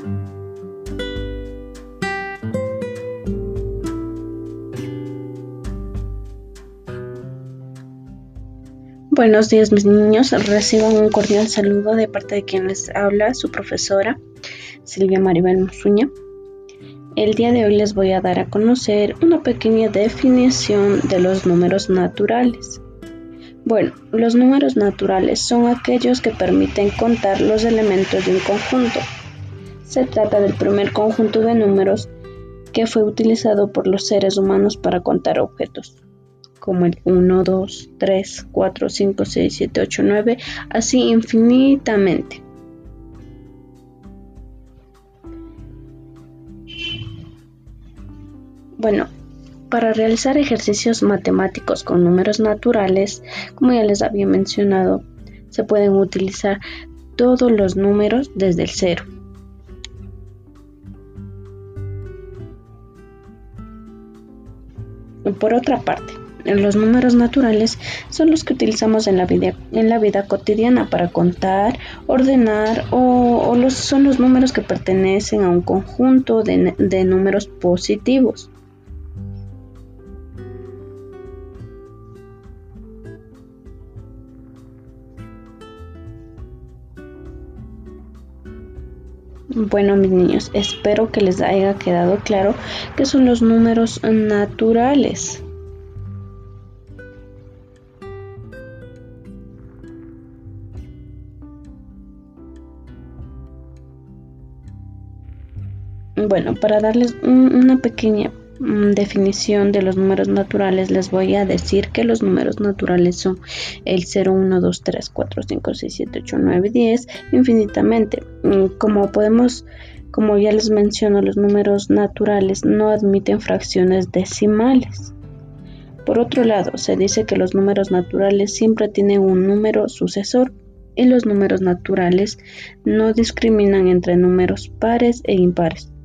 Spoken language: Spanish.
Buenos días, mis niños. Reciban un cordial saludo de parte de quien les habla, su profesora Silvia Maribel Mozuña. El día de hoy les voy a dar a conocer una pequeña definición de los números naturales. Bueno, los números naturales son aquellos que permiten contar los elementos de un conjunto. Se trata del primer conjunto de números que fue utilizado por los seres humanos para contar objetos, como el 1, 2, 3, 4, 5, 6, 7, 8, 9, así infinitamente. Bueno, para realizar ejercicios matemáticos con números naturales, como ya les había mencionado, se pueden utilizar todos los números desde el cero. Por otra parte, los números naturales son los que utilizamos en la vida cotidiana para contar, ordenar son los números que pertenecen a un conjunto de números positivos. Bueno, mis niños, espero que les haya quedado claro qué son los números naturales. Bueno, para darles una pequeña definición de los números naturales, les voy a decir que los números naturales son el 0, 1, 2, 3, 4, 5, 6, 7, 8, 9, 10, infinitamente. Como ya les menciono, los números naturales no admiten fracciones decimales. Por otro lado, se dice que los números naturales siempre tienen un número sucesor y los números naturales no discriminan entre números pares e impares.